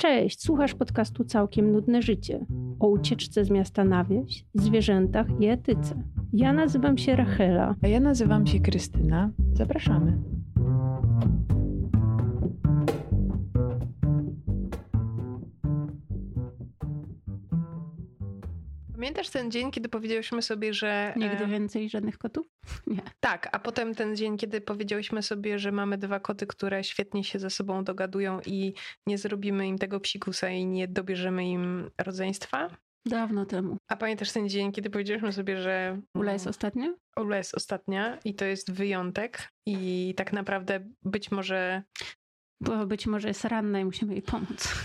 Cześć, słuchasz podcastu Całkiem Nudne Życie o ucieczce z miasta na wieś, zwierzętach i etyce. Ja nazywam się Rachela. A ja nazywam się Krystyna. Zapraszamy. Pamiętasz ten dzień, kiedy powiedziałyśmy sobie, że... Nigdy więcej żadnych kotów? Nie. Tak, a potem ten dzień, kiedy powiedziałyśmy sobie, że mamy 2 koty, które świetnie się ze sobą dogadują i nie zrobimy im tego psikusa i nie dobierzemy im rodzeństwa? Dawno temu. A pamiętasz ten dzień, kiedy powiedziałyśmy sobie, że... Ula jest ostatnia? Ula jest ostatnia i to jest wyjątek i tak naprawdę być może... Bo być może jest ranna i musimy jej pomóc.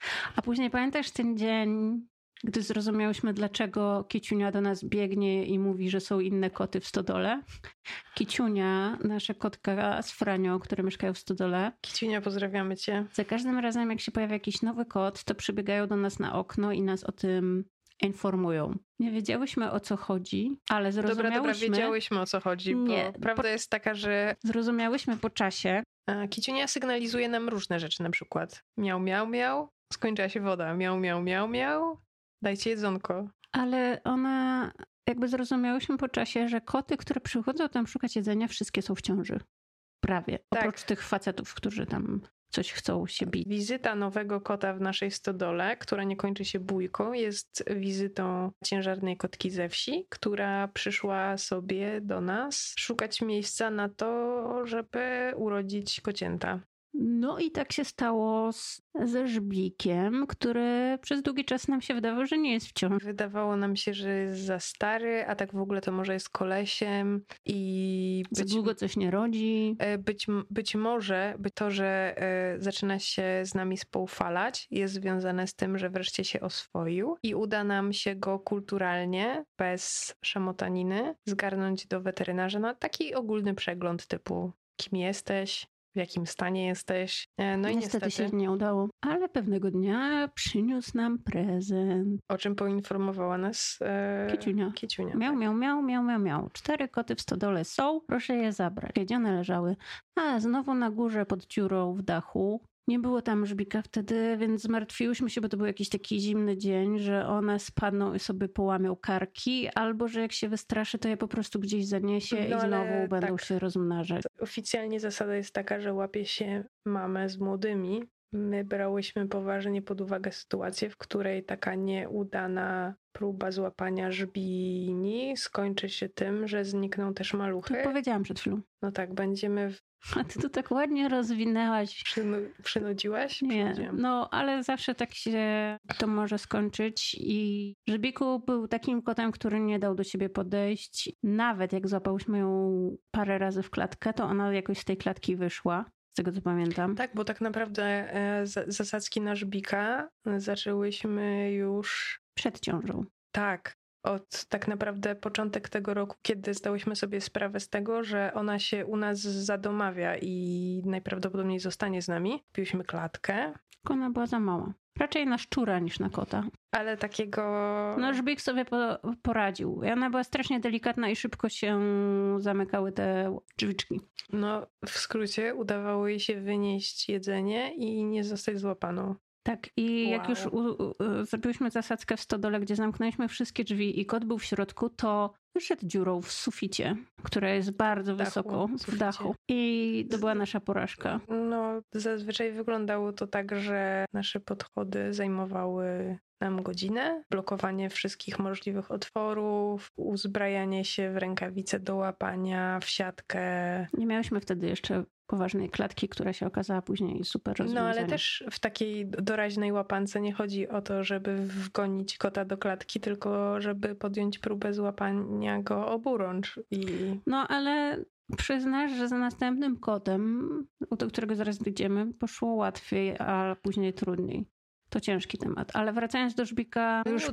A później pamiętasz ten dzień, gdy zrozumiałyśmy, dlaczego Kiciunia do nas biegnie i mówi, że są inne koty w stodole? Kiciunia, nasza kotka z Franią, które mieszkają w stodole. Kiciunia, pozdrawiamy cię. Za każdym razem, jak się pojawia jakiś nowy kot, to przybiegają do nas na okno i nas o tym informują. Nie wiedziałyśmy, o co chodzi, ale zrozumiałyśmy... Dobra, wiedziałyśmy, o co chodzi, bo prawda jest taka, że... Zrozumiałyśmy po czasie. Kiciunia sygnalizuje nam różne rzeczy, na przykład miał, miał, miał, skończyła się woda, miał, miał, miał, miał, dajcie jedzonko. Ale ona, jakby zrozumiałyśmy po czasie, że koty, które przychodzą tam szukać jedzenia, wszystkie są w ciąży. Prawie. Tak. Oprócz tych facetów, którzy tam coś chcą się bić. Wizyta nowego kota w naszej stodole, która nie kończy się bójką, jest wizytą ciężarnej kotki ze wsi, która przyszła sobie do nas szukać miejsca na to, żeby urodzić kocięta. No i tak się stało ze Żbikiem, który przez długi czas nam się wydawał, że nie jest w ciąży. Wydawało nam się, że jest za stary, a tak w ogóle to może jest kolesiem i... Za długo coś nie rodzi. Być może to, że zaczyna się z nami spoufalać, jest związane z tym, że wreszcie się oswoił i uda nam się go kulturalnie, bez szamotaniny, zgarnąć do weterynarza na taki ogólny przegląd typu kim jesteś, w jakim stanie jesteś. No i niestety się nie udało. Ale pewnego dnia przyniósł nam prezent. O czym poinformowała nas Kiciunia. Miał. 4 koty w stodole są, proszę je zabrać. Wiedzione leżały. A znowu na górze pod dziurą w dachu. Nie było tam Żbika wtedy, więc zmartwiłyśmy się, bo to był jakiś taki zimny dzień, że one spadną i sobie połamią karki, albo że jak się wystraszy, to je po prostu gdzieś zaniesie i znowu będą się rozmnażać. Oficjalnie zasada jest taka, że łapie się mamę z młodymi. My brałyśmy poważnie pod uwagę sytuację, w której taka nieudana próba złapania żbini skończy się tym, że znikną też maluchy. To powiedziałam przed chwilą. No tak, będziemy... A ty to tak ładnie rozwinęłaś. Przynudziłaś? Nie, no ale zawsze tak się to może skończyć i Żbiku był takim kotem, który nie dał do siebie podejść. Nawet jak złapałyśmy ją parę razy w klatkę, to ona jakoś z tej klatki wyszła. Z tego co pamiętam. Tak, bo tak naprawdę zasadzki na Żbika zaczęłyśmy już... Przed ciążą. Tak, od tak naprawdę początek tego roku, kiedy zdałyśmy sobie sprawę z tego, że ona się u nas zadomawia i najprawdopodobniej zostanie z nami. Kupiłyśmy klatkę. Tylko ona była za mała. Raczej na szczura niż na kota. Ale takiego... No Żbik sobie poradził. I ona była strasznie delikatna i szybko się zamykały te drzwiczki. No w skrócie udawało jej się wynieść jedzenie i nie zostać złapaną. Tak, i jak już zrobiłyśmy zasadzkę w stodole, gdzie zamknęliśmy wszystkie drzwi i kot był w środku, to wyszedł dziurą w suficie, która jest bardzo wysoko w dachu. I to była nasza porażka. No, zazwyczaj wyglądało to tak, że nasze podchody zajmowały nam godzinę. Blokowanie wszystkich możliwych otworów, uzbrajanie się w rękawice do łapania, w siatkę. Nie miałyśmy wtedy jeszcze poważnej klatki, która się okazała później super rozwiązaniem. No ale też w takiej doraźnej łapance nie chodzi o to, żeby wgonić kota do klatki, tylko żeby podjąć próbę złapania go oburącz. No ale przyznasz, że za następnym kotem, do którego zaraz dojdziemy, poszło łatwiej, a później trudniej. To ciężki temat. Ale wracając do Żbika, już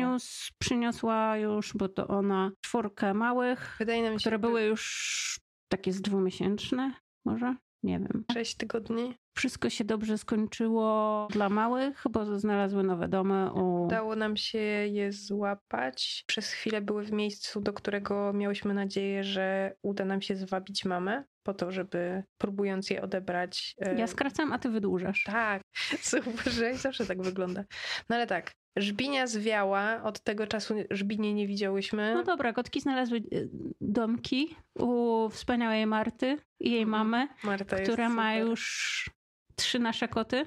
przyniosła już, bo to ona 4 małych, Wydaje nam się, które były już takie z 2-miesięczne. Może? nie wiem. 6 tygodni. Wszystko się dobrze skończyło dla małych, bo znalazły nowe domy. Udało nam się je złapać. Przez chwilę były w miejscu, do którego miałyśmy nadzieję, że uda nam się zwabić mamę, po to, żeby próbując je odebrać... Ja skracam, a ty wydłużasz. Tak, zauważyłeś, zawsze tak wygląda. No ale tak, żbinia zwiała, od tego czasu żbinie nie widziałyśmy. No dobra, kotki znalazły domki u wspaniałej Marty i jej mamy, Marta która ma super. już 3 nasze koty.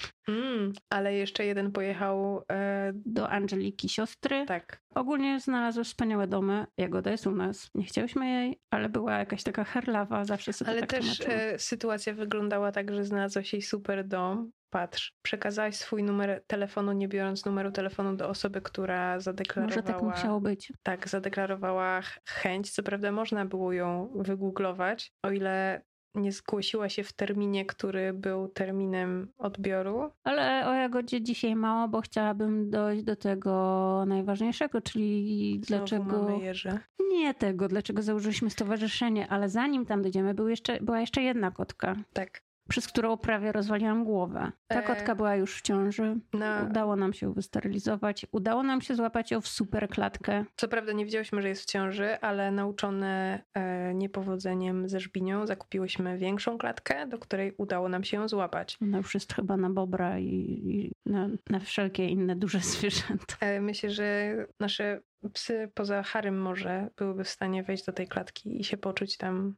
Ale jeszcze jeden pojechał do Angeliki, siostry. Tak. Ogólnie znalazły wspaniałe domy. Jagoda jest u nas. Nie chciałyśmy jej, ale była jakaś taka herlawa, zawsze sobie ale tak też sytuacja wyglądała tak, że znalazłaś jej super dom. Patrz, przekazałaś swój numer telefonu, nie biorąc numeru telefonu do osoby, która zadeklarowała... Może tak musiało być. Tak, zadeklarowała chęć. Co prawda można było ją wygooglować, o ile nie zgłosiła się w terminie, który był terminem odbioru. Ale o Jagodzie dzisiaj mało, bo chciałabym dojść do tego najważniejszego, czyli Znowu dlaczego... mamy jeże. Nie tego, dlaczego założyliśmy stowarzyszenie, ale zanim tam dojdziemy, była jeszcze jedna kotka. Tak. Przez którą prawie rozwaliłam głowę. Ta kotka była już w ciąży. Udało nam się ją wysterylizować. Udało nam się złapać ją w super klatkę. Co prawda nie wiedziałyśmy, że jest w ciąży, ale nauczone niepowodzeniem ze żbinią zakupiłyśmy większą klatkę, do której udało nam się ją złapać. Ona już jest chyba na bobra i na wszelkie inne duże zwierzęta. Myślę, że nasze psy poza Harrym może byłyby w stanie wejść do tej klatki i się poczuć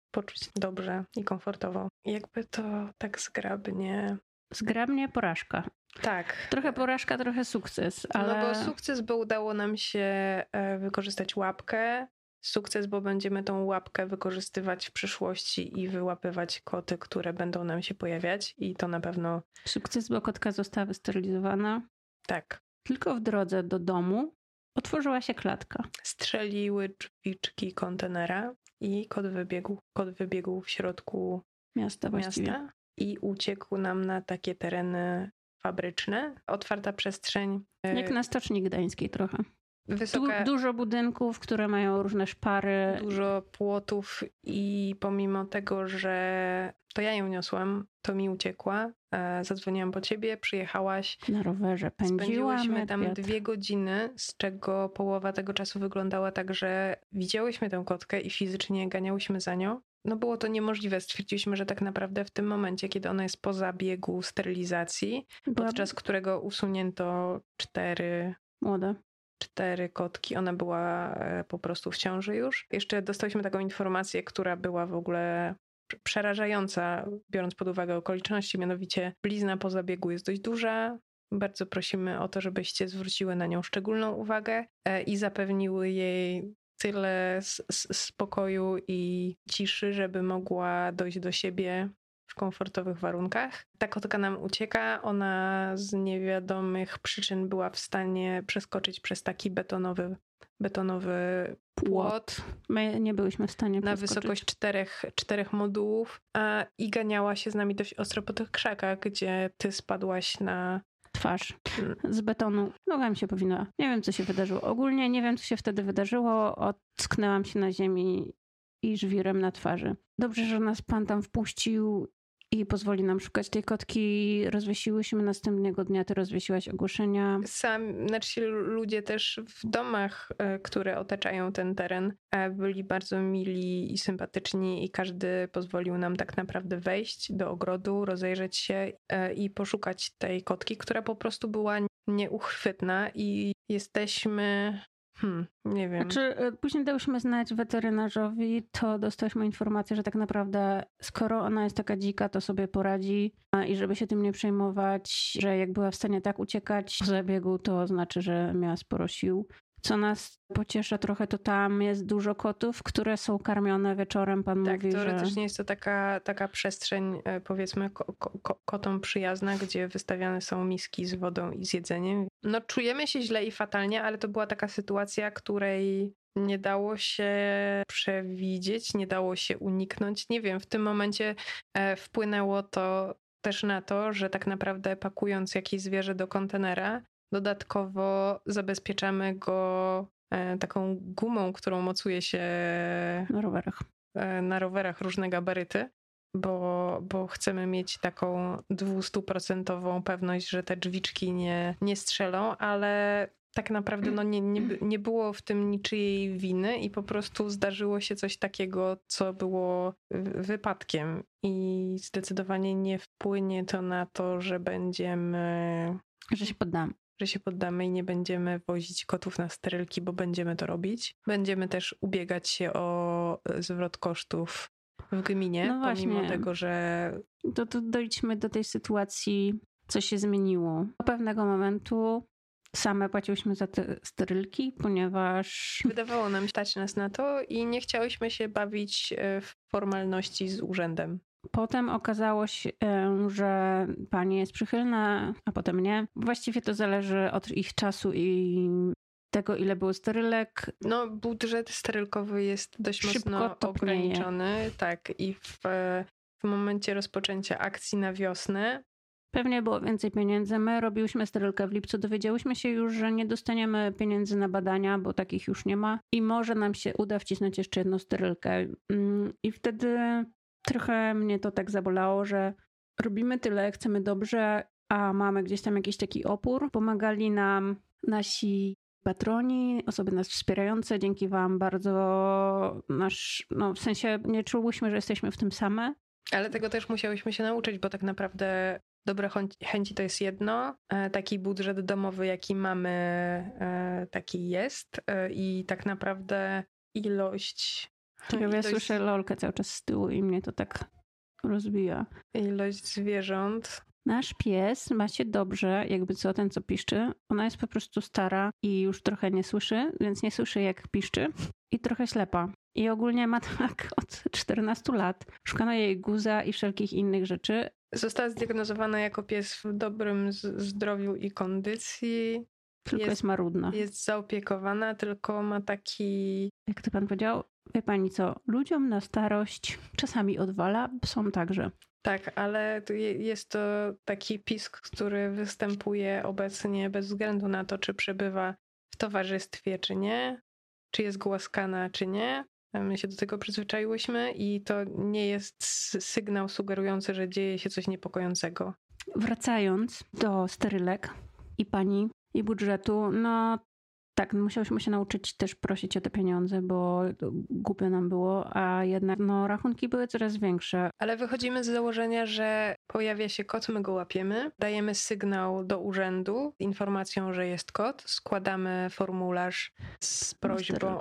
dobrze i komfortowo. Jakby to tak zgrabnie... Zgrabnie porażka. Tak. Trochę porażka, trochę sukces, ale... No bo sukces, bo udało nam się wykorzystać łapkę. Sukces, bo będziemy tą łapkę wykorzystywać w przyszłości i wyłapywać koty, które będą nam się pojawiać i to na pewno... Sukces, bo kotka została wysterylizowana. Tak. Tylko w drodze do domu otworzyła się klatka. Strzeliły drzwiczki kontenera i kot wybiegł w środku miasta i uciekł nam na takie tereny fabryczne. Otwarta przestrzeń. Jak na Stoczni Gdańskiej trochę. Wysoka, dużo budynków, które mają różne szpary. Dużo płotów i pomimo tego, że to ja ją niosłam, to mi uciekła. Zadzwoniłam po ciebie, przyjechałaś. Na rowerze spędziłyśmy tam 2 godziny, z czego połowa tego czasu wyglądała tak, że widziałyśmy tę kotkę i fizycznie ganiałyśmy za nią. No było to niemożliwe. Stwierdziliśmy, że tak naprawdę w tym momencie, kiedy ona jest po zabiegu sterylizacji, podczas którego usunięto 4 kotki. Ona była po prostu w ciąży już. Jeszcze dostałyśmy taką informację, która była w ogóle przerażająca, biorąc pod uwagę okoliczności, mianowicie blizna po zabiegu jest dość duża. Bardzo prosimy o to, żebyście zwróciły na nią szczególną uwagę i zapewniły jej tyle spokoju i ciszy, żeby mogła dojść do siebie w komfortowych warunkach. Ta kotka nam ucieka. Ona z niewiadomych przyczyn była w stanie przeskoczyć przez taki betonowy płot. My nie byłyśmy w stanie na wysokość 4 modułów i ganiała się z nami dość ostro po tych krzakach, gdzie ty spadłaś na twarz z betonu. Noga mi się powinna. Nie wiem, co się wydarzyło. Ogólnie nie wiem, co się wtedy wydarzyło. Ocknęłam się na ziemi i żwirem na twarzy. Dobrze, że nas pan tam wpuścił i pozwoli nam szukać tej kotki. Rozwiesiłyśmy następnego dnia, ty rozwiesiłaś ogłoszenia. Znaczy ludzie też w domach, które otaczają ten teren, byli bardzo mili i sympatyczni i każdy pozwolił nam tak naprawdę wejść do ogrodu, rozejrzeć się i poszukać tej kotki, która po prostu była nieuchwytna i jesteśmy... nie wiem. Znaczy, później dałyśmy znać weterynarzowi, to dostałyśmy informację, że tak naprawdę skoro ona jest taka dzika, to sobie poradzi i żeby się tym nie przejmować, że jak była w stanie tak uciekać z zabiegu, to znaczy, że miała sporo sił. Co nas pociesza trochę, to tam jest dużo kotów, które są karmione wieczorem. Pan mówi, że... teoretycznie jest to taka przestrzeń, powiedzmy, kotom przyjazna, gdzie wystawiane są miski z wodą i z jedzeniem. No czujemy się źle i fatalnie, ale to była taka sytuacja, której nie dało się przewidzieć, nie dało się uniknąć. Nie wiem, w tym momencie wpłynęło to też na to, że tak naprawdę pakując jakieś zwierzę do kontenera, dodatkowo zabezpieczamy go taką gumą, którą mocuje się na rowerach różne gabaryty. bo chcemy mieć taką 200% pewność, że te drzwiczki nie strzelą, ale tak naprawdę nie było w tym niczyjej winy i po prostu zdarzyło się coś takiego, co było wypadkiem i zdecydowanie nie wpłynie to na to, że się poddamy i nie będziemy wozić kotów na sterylki, bo będziemy to robić. Będziemy też ubiegać się o zwrot kosztów w gminie, no właśnie, pomimo tego, że... To dojdźmy do tej sytuacji, co się zmieniło. Do pewnego momentu same płaciłyśmy za te sterylki, ponieważ... Wydawało nam stać nas na to i nie chciałyśmy się bawić w formalności z urzędem. Potem okazało się, że pani jest przychylna, a potem nie. Właściwie to zależy od ich czasu i tego, ile było sterylek. No, budżet sterylkowy jest dość mocno ograniczony. Tak, i w momencie rozpoczęcia akcji na wiosnę pewnie było więcej pieniędzy. My robiłyśmy sterylkę w lipcu, dowiedziałyśmy się już, że nie dostaniemy pieniędzy na badania, bo takich już nie ma i może nam się uda wcisnąć jeszcze jedną sterylkę. I wtedy trochę mnie to tak zabolało, że robimy tyle, chcemy dobrze, a mamy gdzieś tam jakiś taki opór. Pomagali nam nasi patroni, osoby nas wspierające. Dzięki wam bardzo w sensie nie czułyśmy, że jesteśmy w tym same. Ale tego też musiałyśmy się nauczyć, bo tak naprawdę dobre chęci to jest jedno. Taki budżet domowy, jaki mamy, taki jest. I tak naprawdę ilość... Ja słyszę lolkę cały czas z tyłu i mnie to tak rozbija. Ilość zwierząt. Nasz pies ma się dobrze, jakby co, ten co piszczy. Ona jest po prostu stara i już trochę nie słyszy, więc nie słyszy jak piszczy i trochę ślepa. I ogólnie ma tak od 14 lat. Szukano jej guza i wszelkich innych rzeczy. Została zdiagnozowana jako pies w dobrym zdrowiu i kondycji. Tylko jest marudna. Jest zaopiekowana, tylko ma taki... Jak to pan powiedział? Wie pani co, ludziom na starość czasami odwala, psom także. Tak, ale jest to taki pisk, który występuje obecnie bez względu na to, czy przebywa w towarzystwie, czy nie, czy jest głaskana, czy nie. My się do tego przyzwyczaiłyśmy i to nie jest sygnał sugerujący, że dzieje się coś niepokojącego. Wracając do sterylek i pani i budżetu, no tak, musiałyśmy się nauczyć też prosić o te pieniądze, bo głupio nam było, a jednak rachunki były coraz większe. Ale wychodzimy z założenia, że pojawia się kot, my go łapiemy, dajemy sygnał do urzędu z informacją, że jest kot, składamy formularz z prośbą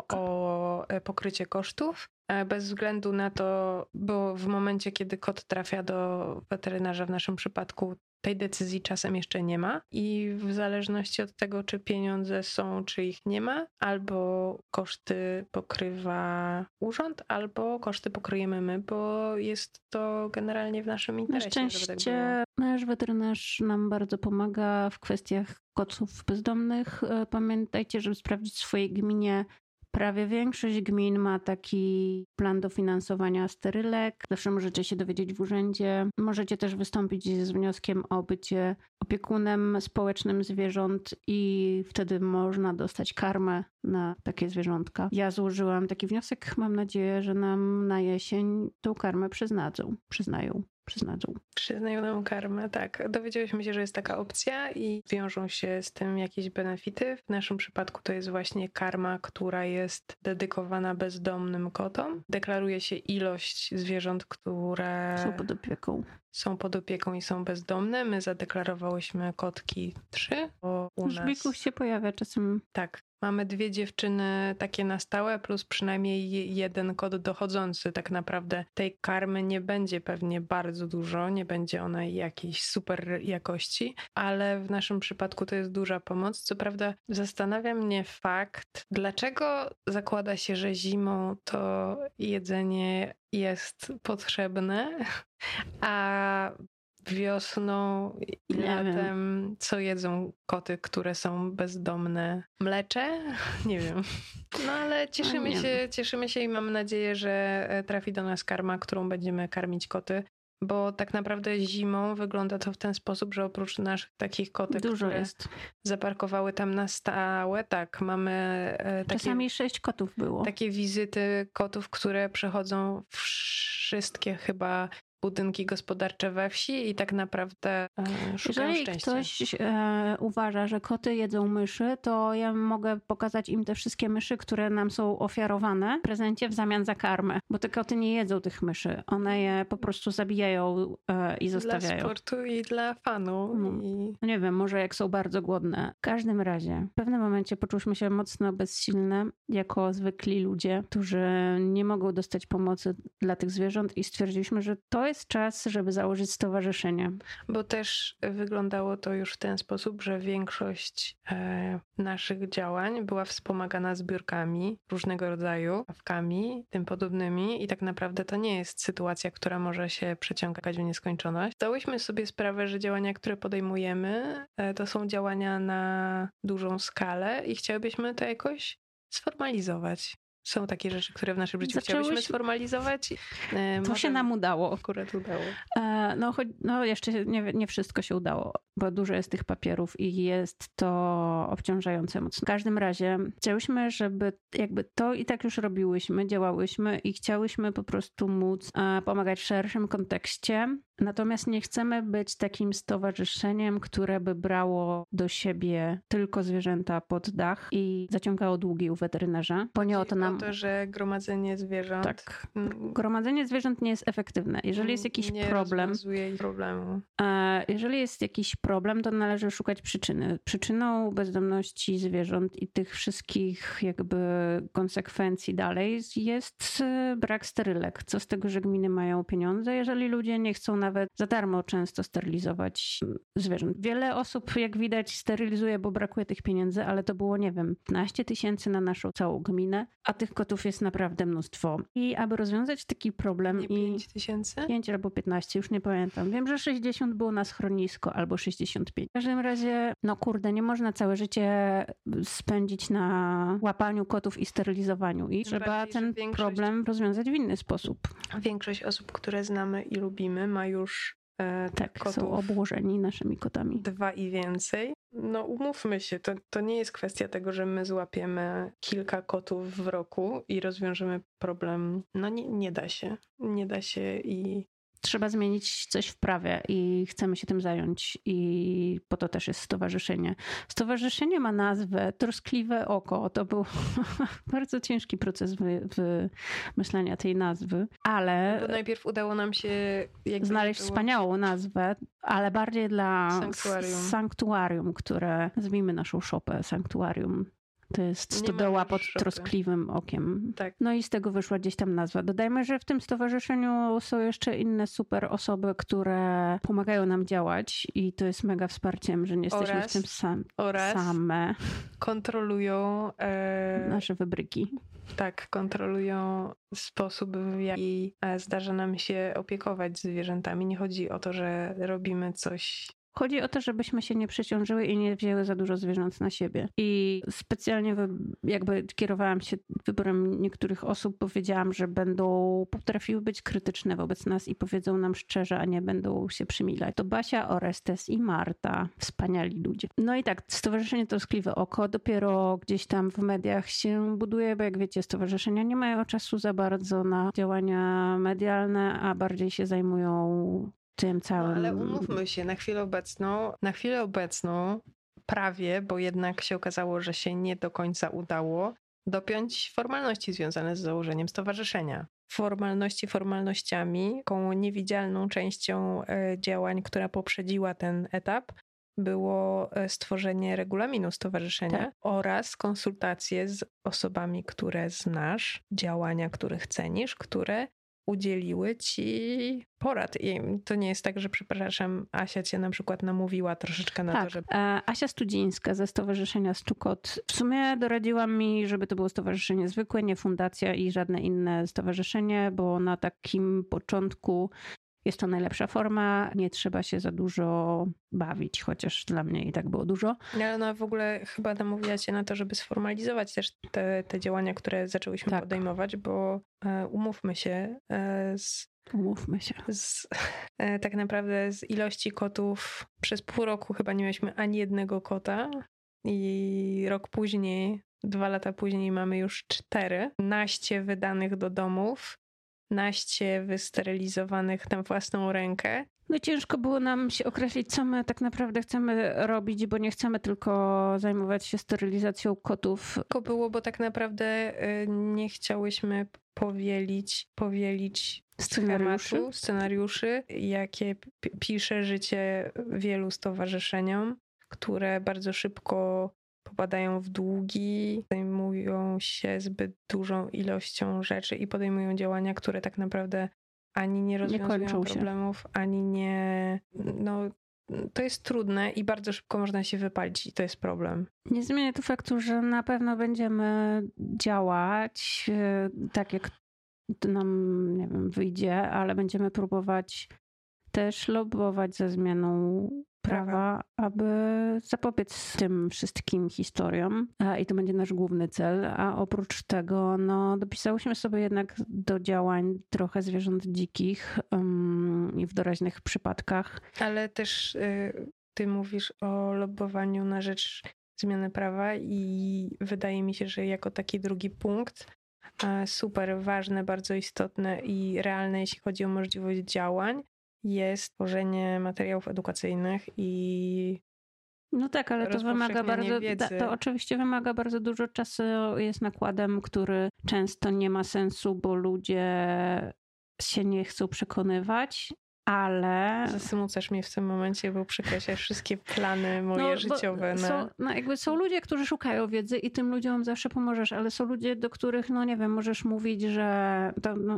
o pokrycie kosztów. Bez względu na to, bo w momencie, kiedy kot trafia do weterynarza, w naszym przypadku tej decyzji czasem jeszcze nie ma i w zależności od tego, czy pieniądze są, czy ich nie ma, albo koszty pokrywa urząd, albo koszty pokryjemy my, bo jest to generalnie w naszym interesie. Na szczęście nasz weterynarz nam bardzo pomaga w kwestiach kotów bezdomnych. Pamiętajcie, żeby sprawdzić w swojej gminie. Prawie większość gmin ma taki plan dofinansowania sterylek. Zawsze możecie się dowiedzieć w urzędzie. Możecie też wystąpić z wnioskiem o bycie opiekunem społecznym zwierząt i wtedy można dostać karmę na takie zwierzątka. Ja złożyłam taki wniosek. Mam nadzieję, że nam na jesień tą karmę przyznają. Przyznają nam karmę, tak. Dowiedziałyśmy się, że jest taka opcja i wiążą się z tym jakieś benefity. W naszym przypadku to jest właśnie karma, która jest dedykowana bezdomnym kotom. Deklaruje się ilość zwierząt, które są pod opieką i są bezdomne. My zadeklarowałyśmy kotki 3, bo u nas... Żbików się pojawia czasem. Tak. Mamy 2 dziewczyny takie na stałe, plus przynajmniej 1 kot dochodzący. Tak naprawdę tej karmy nie będzie pewnie bardzo dużo, nie będzie ona jakiejś super jakości, ale w naszym przypadku to jest duża pomoc. Co prawda zastanawia mnie fakt, dlaczego zakłada się, że zimą to jedzenie jest potrzebne, a wiosną i latem co jedzą koty, które są bezdomne? Mlecze? Nie wiem. No ale cieszymy się i mam nadzieję, że trafi do nas karma, którą będziemy karmić koty, bo tak naprawdę zimą wygląda to w ten sposób, że oprócz naszych takich kotek, które zaparkowały tam na stałe, tak, mamy czasami 6 kotów było. Takie wizyty kotów, które przechodzą wszystkie chyba budynki gospodarcze we wsi i tak naprawdę szukają Jeżeli szczęścia. ktoś uważa, że koty jedzą myszy, to ja mogę pokazać im te wszystkie myszy, które nam są ofiarowane w prezencie w zamian za karmę. Bo te koty nie jedzą tych myszy. One je po prostu zabijają i zostawiają. Dla sportu i dla fanu. Nie wiem, może jak są bardzo głodne. W każdym razie, w pewnym momencie poczuliśmy się mocno bezsilne jako zwykli ludzie, którzy nie mogą dostać pomocy dla tych zwierząt i stwierdziliśmy, że to jest czas, żeby założyć stowarzyszenie. Bo też wyglądało to już w ten sposób, że większość naszych działań była wspomagana zbiórkami różnego rodzaju, ławkami, tym podobnymi i tak naprawdę to nie jest sytuacja, która może się przeciągać w nieskończoność. Zdałyśmy sobie sprawę, że działania, które podejmujemy, to są działania na dużą skalę i chciałybyśmy to jakoś sformalizować. Są takie rzeczy, które w naszym życiu chciałybyśmy sformalizować. To się nam udało. Akurat udało. No jeszcze nie wszystko się udało, bo dużo jest tych papierów i jest to obciążające mocno. W każdym razie chciałyśmy, żeby jakby to i tak już robiłyśmy, działałyśmy i chciałyśmy po prostu móc pomagać w szerszym kontekście. Natomiast nie chcemy być takim stowarzyszeniem, które by brało do siebie tylko zwierzęta pod dach i zaciągało długi u weterynarza. Bo nie o to nam... O to, że gromadzenie zwierząt... Tak. Gromadzenie zwierząt nie jest efektywne. Jeżeli jest jakiś problem... Nie rozwiązuje ich problemu. Jeżeli jest jakiś problem, to należy szukać przyczyny. Przyczyną bezdomności zwierząt i tych wszystkich jakby konsekwencji dalej jest brak sterylek. Co z tego, że gminy mają pieniądze, jeżeli ludzie nie chcą nawet za darmo często sterylizować zwierząt. Wiele osób, jak widać, sterylizuje, bo brakuje tych pieniędzy, ale to było, nie wiem, 15 000 na naszą całą gminę, a tych kotów jest naprawdę mnóstwo. I aby rozwiązać taki problem... Nie 5 000? 5 albo 15, już nie pamiętam. Wiem, że 60 było na schronisko albo 65. W każdym razie, no kurde, nie można całe życie spędzić na łapaniu kotów i sterylizowaniu ich. Trzeba ten problem rozwiązać w inny sposób. Większość osób, które znamy i lubimy, ma już kotów. Są obłożeni naszymi kotami. 2 i więcej. No umówmy się, to nie jest kwestia tego, że my złapiemy kilka kotów w roku i rozwiążemy problem. No nie da się. Nie da się i... Trzeba zmienić coś w prawie i chcemy się tym zająć i po to też jest stowarzyszenie. Stowarzyszenie ma nazwę Troskliwe Oko. To był bardzo ciężki proces wymyślenia tej nazwy, ale... Bo najpierw udało nam się... znaleźć wspaniałą nazwę, ale bardziej dla sanktuarium, które... Nazwijmy naszą szopę sanktuarium. To jest stodoła pod troskliwym okiem. Tak. No i z tego wyszła gdzieś tam nazwa. Dodajmy, że w tym stowarzyszeniu są jeszcze inne super osoby, które pomagają nam działać i to jest mega wsparciem, że nie jesteśmy w tym same. Kontrolują nasze wybryki. Tak, kontrolują sposób, w jaki zdarza nam się opiekować zwierzętami. Nie chodzi o to, że robimy coś... Chodzi o to, żebyśmy się nie przeciążyły i nie wzięły za dużo zwierząt na siebie. I specjalnie jakby kierowałam się wyborem niektórych osób, bo wiedziałam, że potrafiły być krytyczne wobec nas i powiedzą nam szczerze, a nie będą się przymilać. To Basia, Orestes i Marta. Wspaniali ludzie. No i tak, Stowarzyszenie Troskliwe Oko dopiero gdzieś tam w mediach się buduje, bo jak wiecie, stowarzyszenia nie mają czasu za bardzo na działania medialne, a bardziej się zajmują tym całym... No, ale umówmy się, na chwilę obecną prawie, bo jednak się okazało, że się nie do końca udało dopiąć formalności związane z założeniem stowarzyszenia. Formalnościami, taką niewidzialną częścią działań, która poprzedziła ten etap, było stworzenie regulaminu stowarzyszenia oraz konsultacje z osobami, które znasz, działania, których cenisz, które udzieliły ci porad. I to nie jest tak, że przepraszam, Asia cię na przykład namówiła troszeczkę na to, że... Asia Studzińska ze Stowarzyszenia Stukot w sumie doradziła mi, żeby to było stowarzyszenie zwykłe, nie fundacja i żadne inne stowarzyszenie, bo na takim początku jest to najlepsza forma, nie trzeba się za dużo bawić, chociaż dla mnie i tak było dużo. Ale ona w ogóle chyba namówiła cię na to, żeby sformalizować też te działania, które zaczęłyśmy podejmować, bo umówmy się, tak naprawdę z ilości kotów przez pół roku chyba nie mieliśmy ani jednego kota i rok później, 2 lata później mamy już 14 wydanych do domów. naście wysterylizowanych na własną rękę. No ciężko było nam się określić, co my tak naprawdę chcemy robić, bo nie chcemy tylko zajmować się sterylizacją kotów. Tylko było, bo tak naprawdę nie chciałyśmy powielić scenariuszy, jakie pisze życie wielu stowarzyszeniom, które bardzo szybko popadają w długi, zajmują się zbyt dużą ilością rzeczy i podejmują działania, które tak naprawdę ani nie rozwiązują problemów, ani nie... No, to jest trudne i bardzo szybko można się wypalić i to jest problem. Nie zmienia to faktu, że na pewno będziemy działać tak, jak to nam, nie wiem, wyjdzie, ale będziemy próbować też lobbować za zmianą prawa, aby zapobiec tym wszystkim historiom i to będzie nasz główny cel, a oprócz tego dopisałyśmy sobie jednak do działań trochę zwierząt dzikich i w doraźnych przypadkach. Ale też ty mówisz o lobbowaniu na rzecz zmiany prawa i wydaje mi się, że jako taki drugi punkt super ważne, bardzo istotne i realne, jeśli chodzi o możliwość działań, jest tworzenie materiałów edukacyjnych i no tak, ale to wymaga to oczywiście wymaga bardzo dużo czasu, jest nakładem, który często nie ma sensu, bo ludzie się nie chcą przekonywać, ale... Zasmucasz mnie w tym momencie, bo przekreślasz wszystkie plany moje życiowe. Są ludzie, którzy szukają wiedzy i tym ludziom zawsze pomożesz, ale są ludzie, do których, nie wiem, możesz mówić, że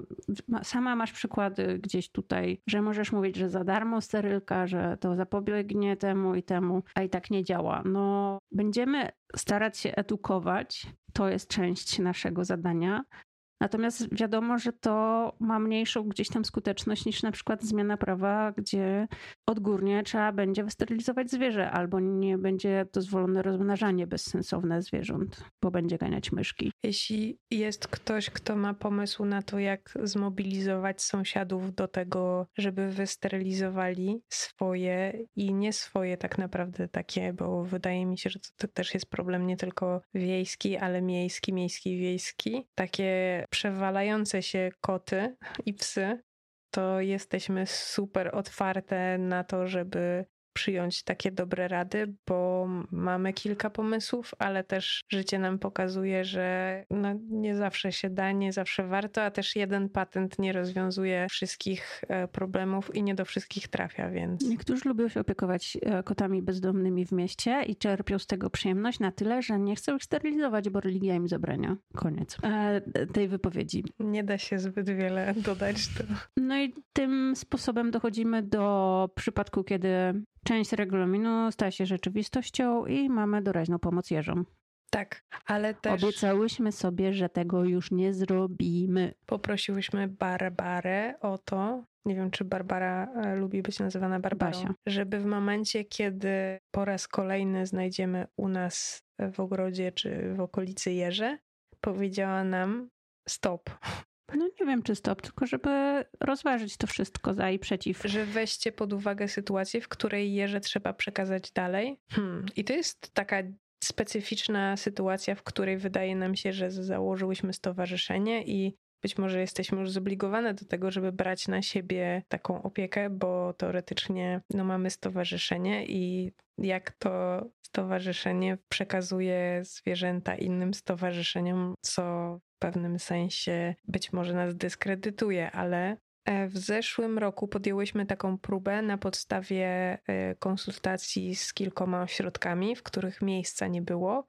sama masz przykłady gdzieś tutaj, że możesz mówić, że za darmo sterylka, że to zapobiegnie temu i temu, a i tak nie działa. Będziemy starać się edukować, to jest część naszego zadania. Natomiast wiadomo, że to ma mniejszą gdzieś tam skuteczność niż na przykład zmiana prawa, gdzie odgórnie trzeba będzie wysterylizować zwierzę albo nie będzie dozwolone rozmnażanie bezsensowne zwierząt, bo będzie ganiać myszki. Jeśli jest ktoś, kto ma pomysł na to, jak zmobilizować sąsiadów do tego, żeby wysterylizowali swoje i nie swoje tak naprawdę takie, bo wydaje mi się, że to też jest problem nie tylko wiejski, ale miejski, wiejski. Takie przewalające się koty i psy, to jesteśmy super otwarte na to, żeby przyjąć takie dobre rady, bo mamy kilka pomysłów, ale też życie nam pokazuje, że nie zawsze się da, nie zawsze warto, a też jeden patent nie rozwiązuje wszystkich problemów i nie do wszystkich trafia, więc... Niektórzy lubią się opiekować kotami bezdomnymi w mieście i czerpią z tego przyjemność na tyle, że nie chcą ich sterylizować, bo religia im zabrania. Koniec tej wypowiedzi. Nie da się zbyt wiele dodać do... No i tym sposobem dochodzimy do przypadku, kiedy część regulaminu staje się rzeczywistością i mamy doraźną pomoc jeżom. Tak, ale też... Obiecałyśmy sobie, że tego już nie zrobimy. Poprosiłyśmy Barbarę o to, nie wiem, czy Barbara lubi być nazywana Barbarą, Basia. Żeby w momencie, kiedy po raz kolejny znajdziemy u nas w ogrodzie czy w okolicy jeże, powiedziała nam stop. Nie wiem, czy stop, tylko żeby rozważyć to wszystko za i przeciw. Że weźcie pod uwagę sytuację, w której jeże trzeba przekazać dalej. I to jest taka specyficzna sytuacja, w której wydaje nam się, że założyłyśmy stowarzyszenie i być może jesteśmy już zobligowane do tego, żeby brać na siebie taką opiekę, bo teoretycznie mamy stowarzyszenie i jak to stowarzyszenie przekazuje zwierzęta innym stowarzyszeniom, co w pewnym sensie być może nas dyskredytuje, ale w zeszłym roku podjęłyśmy taką próbę na podstawie konsultacji z kilkoma ośrodkami, w których miejsca nie było.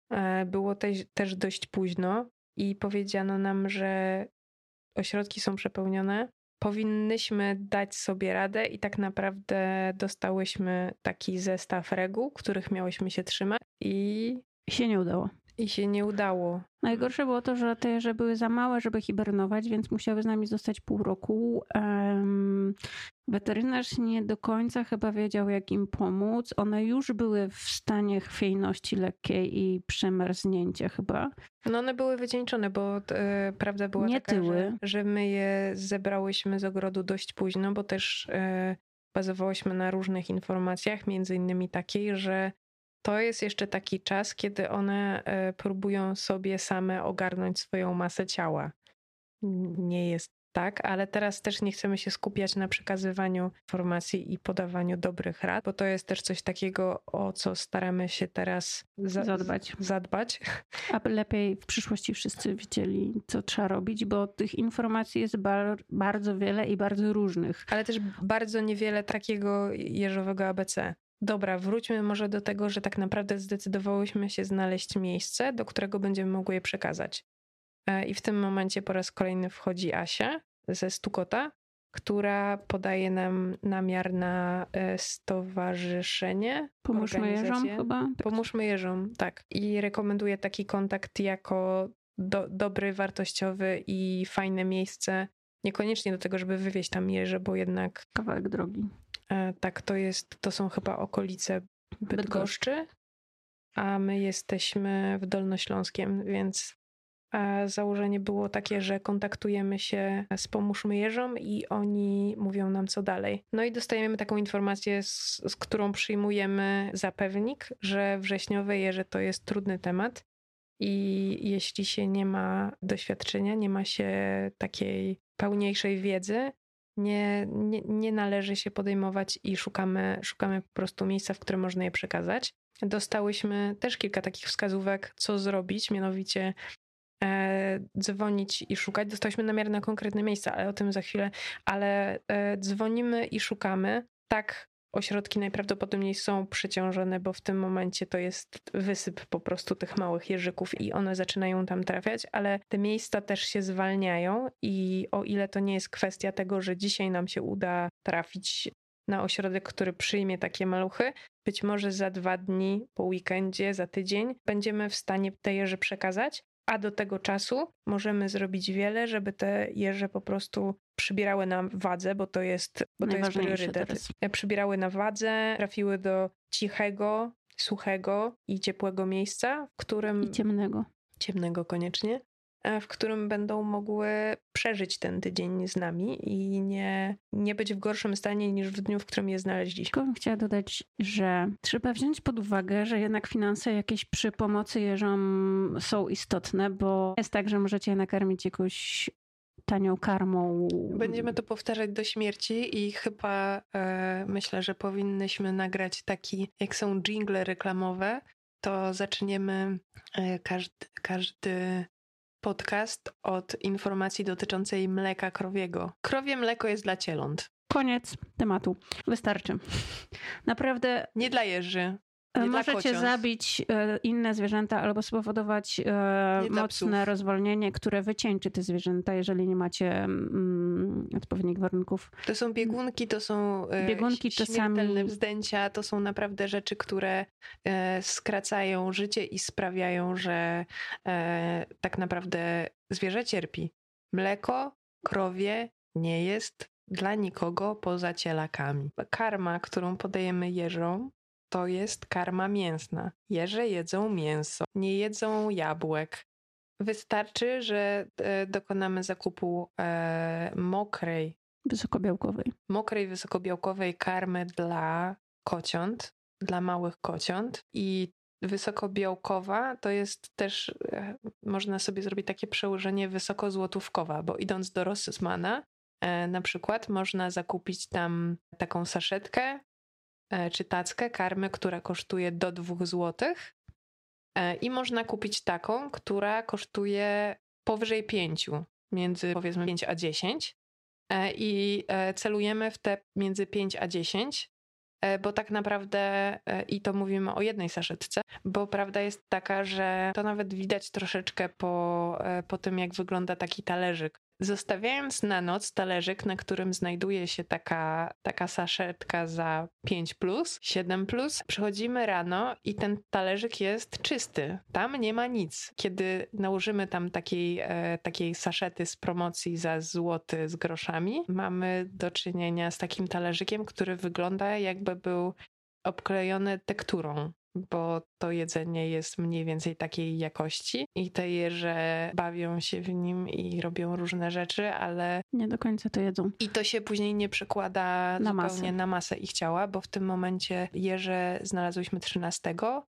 Było też dość późno i powiedziano nam, że ośrodki są przepełnione. Powinnyśmy dać sobie radę i tak naprawdę dostałyśmy taki zestaw reguł, których miałyśmy się trzymać i się nie udało. Najgorsze było to, że te jeże były za małe, żeby hibernować, więc musiały z nami zostać pół roku. Weterynarz nie do końca chyba wiedział, jak im pomóc. One już były w stanie chwiejności lekkiej i przemarznięcia chyba. One były wycieńczone, bo prawda była nie taka, tyły. Że my je zebrałyśmy z ogrodu dość późno, bo też bazowałyśmy na różnych informacjach, między innymi takiej, że to jest jeszcze taki czas, kiedy one próbują sobie same ogarnąć swoją masę ciała. Nie jest tak, ale teraz też nie chcemy się skupiać na przekazywaniu informacji i podawaniu dobrych rad, bo to jest też coś takiego, o co staramy się teraz zadbać. Aby lepiej w przyszłości wszyscy wiedzieli, co trzeba robić, bo tych informacji jest bardzo wiele i bardzo różnych. Ale też bardzo niewiele takiego jeżowego ABC. Dobra, wróćmy może do tego, że tak naprawdę zdecydowałyśmy się znaleźć miejsce, do którego będziemy mogły je przekazać. I w tym momencie po raz kolejny wchodzi Asia ze Stukota, która podaje nam namiar na stowarzyszenie. Pomóżmy Jeżom chyba? Pomóżmy Jeżom, tak. I rekomenduje taki kontakt jako dobry, wartościowy i fajne miejsce. Niekoniecznie do tego, żeby wywieźć tam jeże, bo jednak... Kawałek drogi. Tak, to są chyba okolice Bydgoszczy, a my jesteśmy w Dolnośląskiem, więc założenie było takie, że kontaktujemy się z Pomóżmy Jeżom i oni mówią nam co dalej. No i dostajemy taką informację, z którą przyjmujemy za pewnik, że wrześniowe jeże to jest trudny temat i jeśli się nie ma doświadczenia, nie ma się takiej pełniejszej wiedzy, nie należy się podejmować i szukamy po prostu miejsca, w którym można je przekazać. Dostałyśmy też kilka takich wskazówek, co zrobić, mianowicie dzwonić i szukać. Dostałyśmy namiar na konkretne miejsca, ale o tym za chwilę. Ale dzwonimy i szukamy. Tak, ośrodki najprawdopodobniej są przeciążone, bo w tym momencie to jest wysyp po prostu tych małych jeżyków i one zaczynają tam trafiać, ale te miejsca też się zwalniają i o ile to nie jest kwestia tego, że dzisiaj nam się uda trafić na ośrodek, który przyjmie takie maluchy, być może za 2 dni, po weekendzie, za tydzień będziemy w stanie te jeże przekazać, a do tego czasu możemy zrobić wiele, żeby te jeże po prostu przybierały na wadze, bo to jest priorytet. Teraz. Przybierały na wadze, trafiły do cichego, suchego i ciepłego miejsca, w którym... I ciemnego. Ciemnego koniecznie. W którym będą mogły przeżyć ten tydzień z nami i nie być w gorszym stanie niż w dniu, w którym je znaleźliśmy. Tylko bym chciała dodać, że trzeba wziąć pod uwagę, że jednak finanse jakieś przy pomocy jeżom są istotne, bo jest tak, że możecie je nakarmić jakąś tanią karmą. Będziemy to powtarzać do śmierci i chyba myślę, że powinnyśmy nagrać taki, jak są dżingle reklamowe, to zaczniemy każdy podcast od informacji dotyczącej mleka krowiego. Krowie mleko jest dla cieląt. Koniec tematu. Wystarczy. Naprawdę. Nie dla jeży. Możecie zabić inne zwierzęta albo spowodować mocne rozwolnienie, które wycieńczy te zwierzęta, jeżeli nie macie odpowiednich warunków. To są biegunki, to są śmiertelne wzdęcia, to są naprawdę rzeczy, które skracają życie i sprawiają, że tak naprawdę zwierzę cierpi. Mleko krowie nie jest dla nikogo poza cielakami. Karma, którą podajemy jeżom, to jest karma mięsna. Jeże jedzą mięso, nie jedzą jabłek. Wystarczy, że dokonamy zakupu mokrej, wysokobiałkowej karmy dla kociąt, dla małych kociąt. I wysokobiałkowa to jest też, można sobie zrobić takie przełożenie wysokozłotówkowa, bo idąc do Rossmana na przykład można zakupić tam taką saszetkę czy tackę karmy, która kosztuje do 2 zł i można kupić taką, która kosztuje powyżej 5, między powiedzmy 5 a 10 i celujemy w te między 5 a 10, bo tak naprawdę, i to mówimy o jednej saszetce, bo prawda jest taka, że to nawet widać troszeczkę po tym, jak wygląda taki talerzyk. Zostawiając na noc talerzyk, na którym znajduje się taka saszetka za 5+, 7+, przychodzimy rano i ten talerzyk jest czysty. Tam nie ma nic. Kiedy nałożymy tam takiej saszety z promocji za złoty z groszami, mamy do czynienia z takim talerzykiem, który wygląda jakby był obklejony tekturą, bo to jedzenie jest mniej więcej takiej jakości i te jeże bawią się w nim i robią różne rzeczy, ale nie do końca to jedzą. I to się później nie przekłada zupełnie na masę ich ciała, bo w tym momencie jeże znalazłyśmy 13,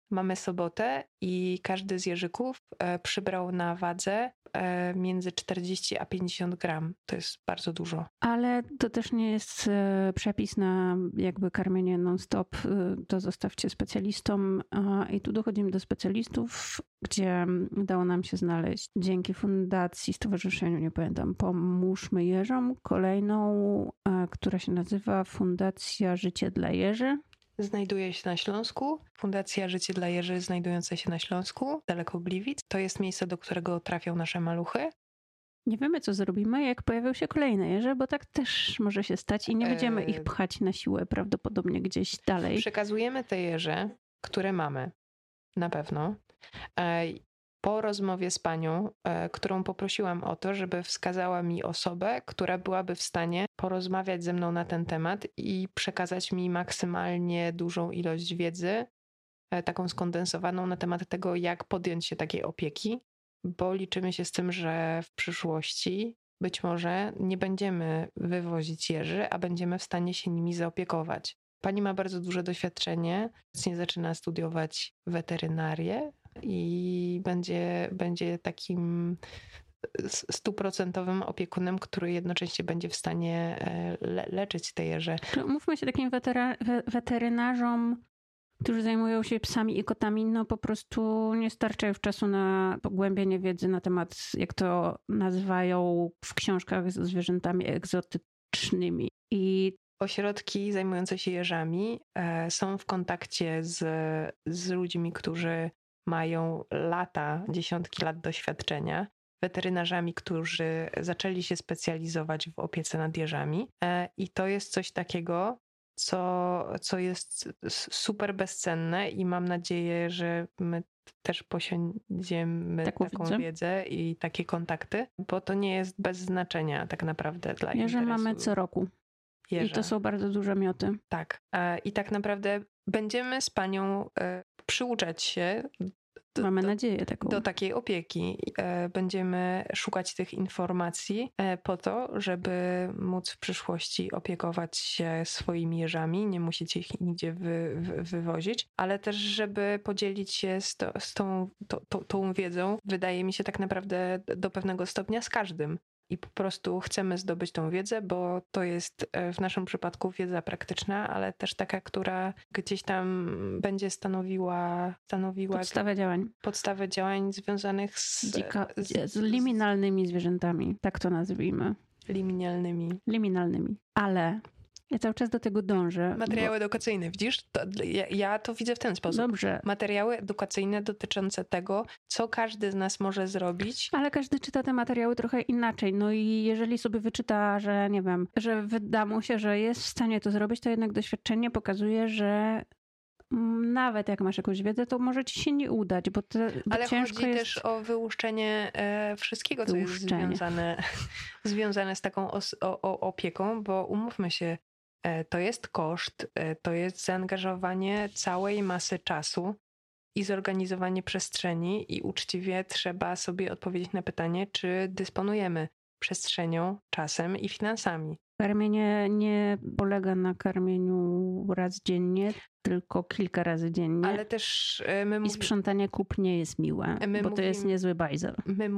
Mamy sobotę i każdy z jeżyków przybrał na wadze między 40 a 50 gram. To jest bardzo dużo. Ale to też nie jest przepis na jakby karmienie non-stop. To zostawcie specjalistom. I tu dochodzimy do specjalistów, gdzie udało nam się znaleźć dzięki fundacji, stowarzyszeniu, nie pamiętam, Pomóżmy Jeżom, kolejną, która się nazywa Fundacja Życie dla Jeży. Znajduje się na Śląsku. Fundacja Życie dla Jeży znajdująca się na Śląsku, daleko Gliwic. To jest miejsce, do którego trafią nasze maluchy. Nie wiemy, co zrobimy, jak pojawią się kolejne jeże, bo tak też może się stać i nie będziemy ich pchać na siłę prawdopodobnie gdzieś dalej. Przekazujemy te jeże, które mamy, na pewno. Po rozmowie z panią, którą poprosiłam o to, żeby wskazała mi osobę, która byłaby w stanie porozmawiać ze mną na ten temat i przekazać mi maksymalnie dużą ilość wiedzy, taką skondensowaną na temat tego, jak podjąć się takiej opieki, bo liczymy się z tym, że w przyszłości być może nie będziemy wywozić jeży, a będziemy w stanie się nimi zaopiekować. Pani ma bardzo duże doświadczenie, obecnie zaczyna studiować weterynarię i będzie takim 100% opiekunem, który jednocześnie będzie w stanie leczyć te jeże. Mówmy się takim weterynarzom, którzy zajmują się psami i kotami, no po prostu nie starcza już czasu na pogłębienie wiedzy na temat, jak to nazywają w książkach, ze zwierzętami egzotycznymi. I ośrodki zajmujące się jeżami są w kontakcie z ludźmi, którzy mają dziesiątki lat doświadczenia, weterynarzami, którzy zaczęli się specjalizować w opiece nad jeżami. I to jest coś takiego, co jest super bezcenne i mam nadzieję, że my też posiądziemy taką wiedzę i takie kontakty, bo to nie jest bez znaczenia tak naprawdę dla jeże mamy co roku. Jeża. I to są bardzo duże mioty. Tak. I tak naprawdę będziemy z panią przyuczać się mamy nadzieję taką. Do takiej opieki. Będziemy szukać tych informacji po to, żeby móc w przyszłości opiekować się swoimi jeżami, nie musieć ich nigdzie wywozić, ale też, żeby podzielić się z tą wiedzą, wydaje mi się tak naprawdę do pewnego stopnia z każdym. I po prostu chcemy zdobyć tą wiedzę, bo to jest w naszym przypadku wiedza praktyczna, ale też taka, która gdzieś tam będzie stanowiła podstawę działań związanych z liminalnymi zwierzętami, tak to nazwijmy. Liminalnymi. Ale ja cały czas do tego dążę. Materiały edukacyjne, widzisz? Ja to widzę w ten sposób. Dobrze. Materiały edukacyjne dotyczące tego, co każdy z nas może zrobić. Ale każdy czyta te materiały trochę inaczej. No i jeżeli sobie wyczyta, że nie wiem, że wyda mu się, że jest w stanie to zrobić, to jednak doświadczenie pokazuje, że nawet jak masz jakąś wiedzę, to może ci się nie udać, bo ale ciężko chodzi jest... też o wyłuszczenie wszystkiego, co jest związane z taką opieką, bo umówmy się, to jest koszt, to jest zaangażowanie całej masy czasu i zorganizowanie przestrzeni i uczciwie trzeba sobie odpowiedzieć na pytanie, czy dysponujemy przestrzenią, czasem i finansami. Karmienie nie polega na karmieniu raz dziennie, tylko kilka razy dziennie. Ale też i sprzątanie kup nie jest miłe, bo to jest niezły bajzel. My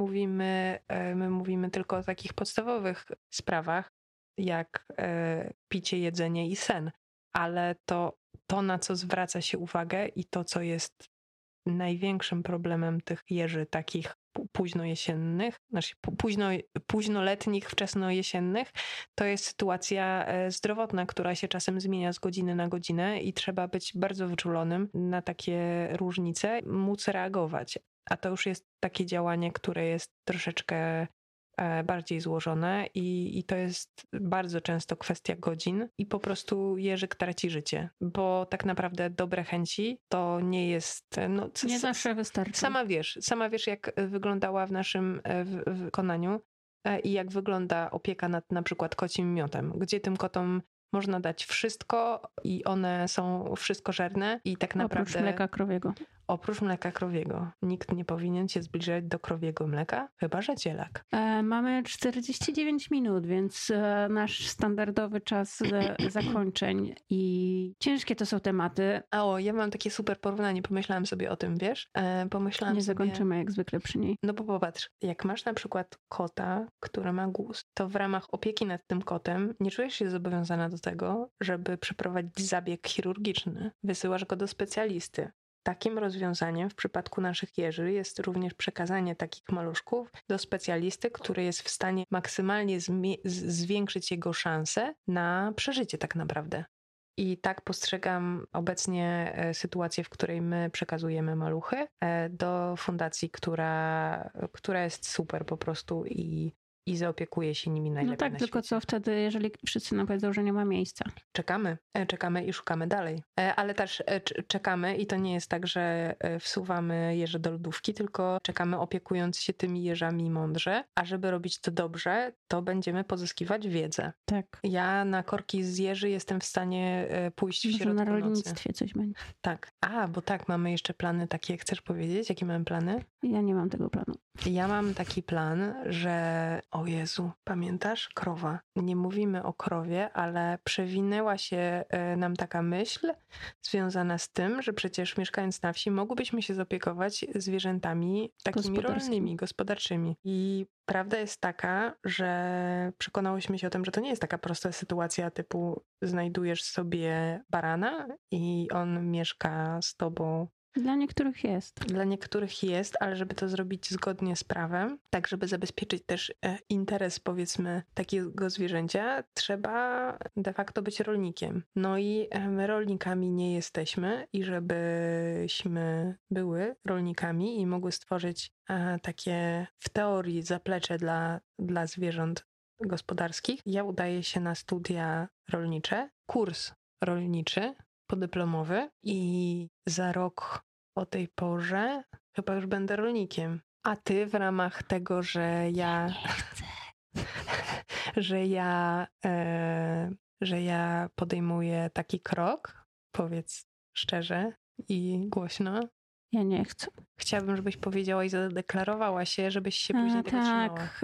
mówimy tylko o takich podstawowych sprawach, jak picie, jedzenie i sen. Ale to, na co zwraca się uwagę i to, co jest największym problemem tych jeży takich późnojesiennych, znaczy późnoletnich, wczesnojesiennych, to jest sytuacja zdrowotna, która się czasem zmienia z godziny na godzinę i trzeba być bardzo wyczulonym na takie różnice, móc reagować. A to już jest takie działanie, które jest troszeczkę bardziej złożone i to jest bardzo często kwestia godzin i po prostu jeżyk traci życie, bo tak naprawdę dobre chęci to nie jest... nie zawsze wystarczy. Sama wiesz, jak wyglądała w naszym wykonaniu i jak wygląda opieka nad na przykład kocim miotem, gdzie tym kotom można dać wszystko i one są wszystkożerne i tak naprawdę... Oprócz mleka krowiego. Oprócz mleka krowiego. Nikt nie powinien się zbliżać do krowiego mleka, chyba że cielak. Mamy 49 minut, więc nasz standardowy czas zakończeń i ciężkie to są tematy. Ja mam takie super porównanie, pomyślałam sobie o tym, wiesz? Nie zakończymy jak zwykle przy niej. No bo popatrz, jak masz na przykład kota, który ma guz, to w ramach opieki nad tym kotem nie czujesz się zobowiązana do tego, żeby przeprowadzić zabieg chirurgiczny. Wysyłasz go do specjalisty. Takim rozwiązaniem w przypadku naszych jeży jest również przekazanie takich maluszków do specjalisty, który jest w stanie maksymalnie zwiększyć jego szanse na przeżycie tak naprawdę. I tak postrzegam obecnie sytuację, w której my przekazujemy maluchy do fundacji, która jest super po prostu i zaopiekuje się nimi najlepiej. No tak, na tylko świecie. co wtedy, jeżeli wszyscy nam powiedzą, że nie ma miejsca? Czekamy i szukamy dalej. Ale też czekamy i to nie jest tak, że wsuwamy jeże do lodówki, tylko czekamy opiekując się tymi jeżami mądrze, a żeby robić to dobrze, to będziemy pozyskiwać wiedzę. Tak. Ja na korki z jeży jestem w stanie pójść w środku na nocy. rolnictwie coś będzie. Tak. Bo tak, mamy jeszcze plany takie. Chcesz powiedzieć, jakie mamy plany? Ja nie mam tego planu. Ja mam taki plan, że o Jezu, pamiętasz? Krowa. Nie mówimy o krowie, ale przewinęła się nam taka myśl związana z tym, że przecież mieszkając na wsi mogłybyśmy się zaopiekować zwierzętami takimi rolnymi, gospodarczymi. I prawda jest taka, że przekonałyśmy się o tym, że to nie jest taka prosta sytuacja typu znajdujesz sobie barana i on mieszka z tobą. Dla niektórych jest. Dla niektórych jest, ale żeby to zrobić zgodnie z prawem, tak żeby zabezpieczyć też interes, powiedzmy, takiego zwierzęcia, trzeba de facto być rolnikiem. No i my rolnikami nie jesteśmy i żebyśmy były rolnikami i mogły stworzyć takie w teorii zaplecze dla zwierząt gospodarskich, ja udaję się na studia rolnicze, kurs rolniczy, podyplomowy i za rok o tej porze chyba już będę rolnikiem. A ty w ramach tego, że ja podejmuję taki krok, powiedz szczerze i głośno. Ja nie chcę. Chciałabym, żebyś powiedziała i zadeklarowała się, żebyś się później tego trzymała. Tak,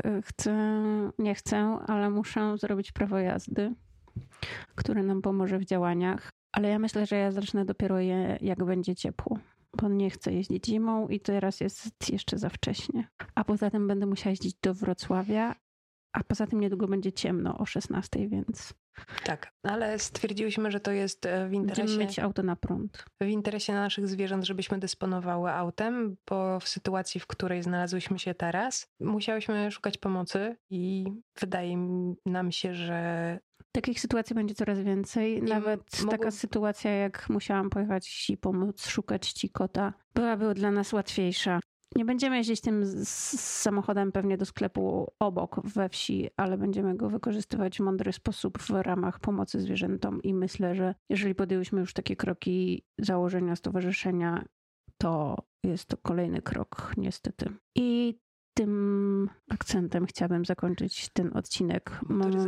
nie chcę, ale muszę zrobić prawo jazdy, które nam pomoże w działaniach. Ale ja myślę, że ja zacznę dopiero jak będzie ciepło. Bo nie chcę jeździć zimą i teraz jest jeszcze za wcześnie. A poza tym będę musiała jeździć do Wrocławia, a poza tym niedługo będzie ciemno o 16:00, więc... Tak, ale stwierdziłyśmy, że to jest w interesie... Będziemy mieć auto na prąd. W interesie naszych zwierząt, żebyśmy dysponowały autem, bo w sytuacji, w której znalazłyśmy się teraz, musiałyśmy szukać pomocy i wydaje nam się, że... Takich sytuacji będzie coraz więcej. Nawet taka sytuacja, jak musiałam pojechać i pomóc szukać ci kota, byłaby dla nas łatwiejsza. Nie będziemy jeździć tym samochodem pewnie do sklepu obok we wsi, ale będziemy go wykorzystywać w mądry sposób w ramach pomocy zwierzętom i myślę, że jeżeli podjęłyśmy już takie kroki założenia stowarzyszenia, to jest to kolejny krok niestety. I tym akcentem chciałabym zakończyć ten odcinek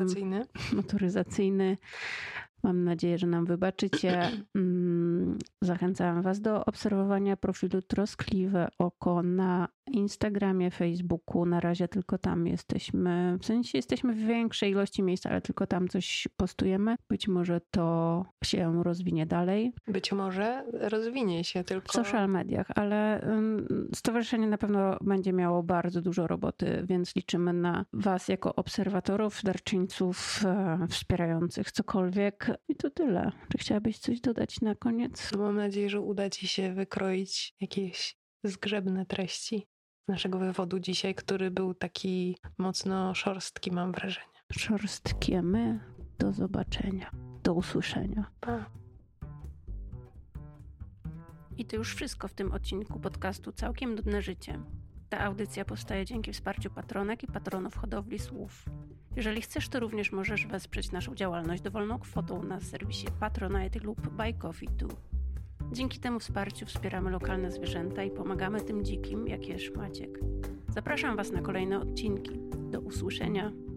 motoryzacyjny. Mam nadzieję, że nam wybaczycie. Zachęcam Was do obserwowania profilu Troskliwe Oko na Instagramie, Facebooku. Na razie tylko tam jesteśmy. W sensie jesteśmy w większej ilości miejsc, ale tylko tam coś postujemy. Być może to się rozwinie dalej. Być może rozwinie się tylko... W social mediach, ale stowarzyszenie na pewno będzie miało bardzo dużo roboty, więc liczymy na Was jako obserwatorów, darczyńców, wspierających cokolwiek. I to tyle. Czy chciałabyś coś dodać na koniec? Mam nadzieję, że uda Ci się wykroić jakieś zgrzebne treści z naszego wywodu dzisiaj, który był taki mocno szorstki, mam wrażenie. Szorstkie my. Do zobaczenia. Do usłyszenia. Pa. I to już wszystko w tym odcinku podcastu Całkiem Nudne Życie. Ta audycja powstaje dzięki wsparciu patronek i patronów hodowli słów. Jeżeli chcesz, to również możesz wesprzeć naszą działalność dowolną kwotą na serwisie Patronite lub Buy Coffee Too. Dzięki temu wsparciu wspieramy lokalne zwierzęta i pomagamy tym dzikim, jak jest Maciek. Zapraszam Was na kolejne odcinki. Do usłyszenia.